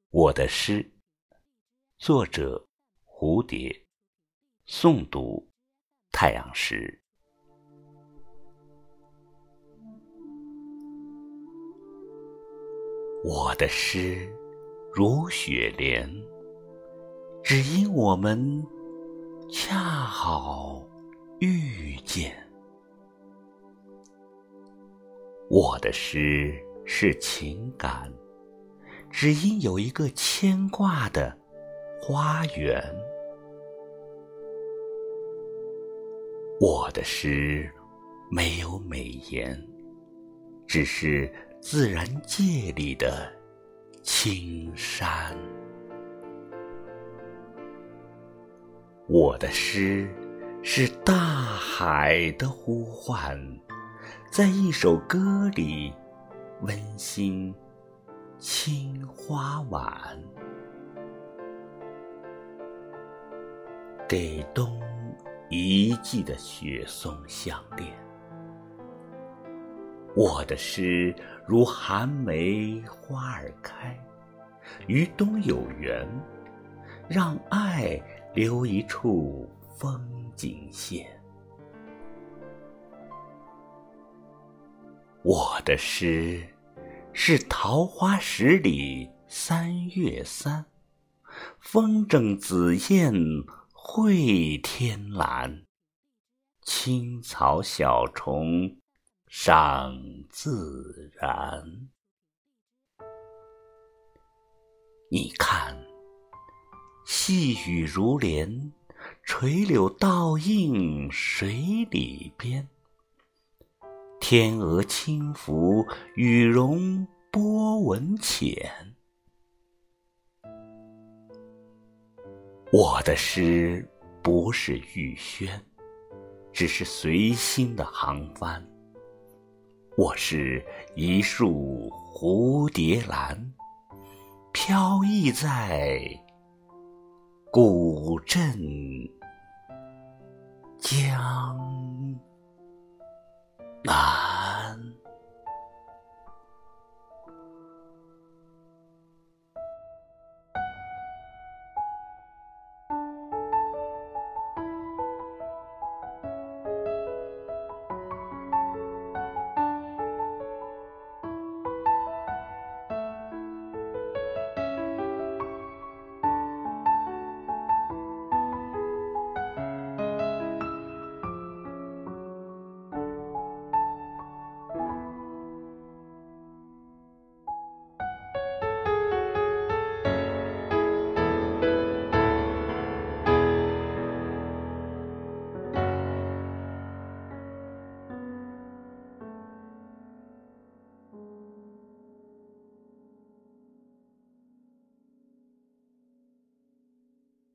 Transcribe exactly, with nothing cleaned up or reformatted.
我的诗，作者蝴蝶，诵读太阳石。我的诗如雪莲，只因我们恰好遇见。我的诗是情感，只因有一个牵挂的花园。我的诗没有美言，只是自然界里的青山。我的诗是大海的呼唤，在一首歌里温馨青花晚，给冬一季的雪松项链。我的诗如寒梅花儿开，与冬有缘，让爱留一处风景线。我的诗是桃花十里三月三，风筝紫燕会天蓝，青草小虫赏自然。你看，细雨如帘，垂柳倒映水里边，天鹅轻拂羽绒波纹浅。我的诗不是玉轩，只是随心的航帆。我是一束蝴蝶兰，飘逸在古镇江南。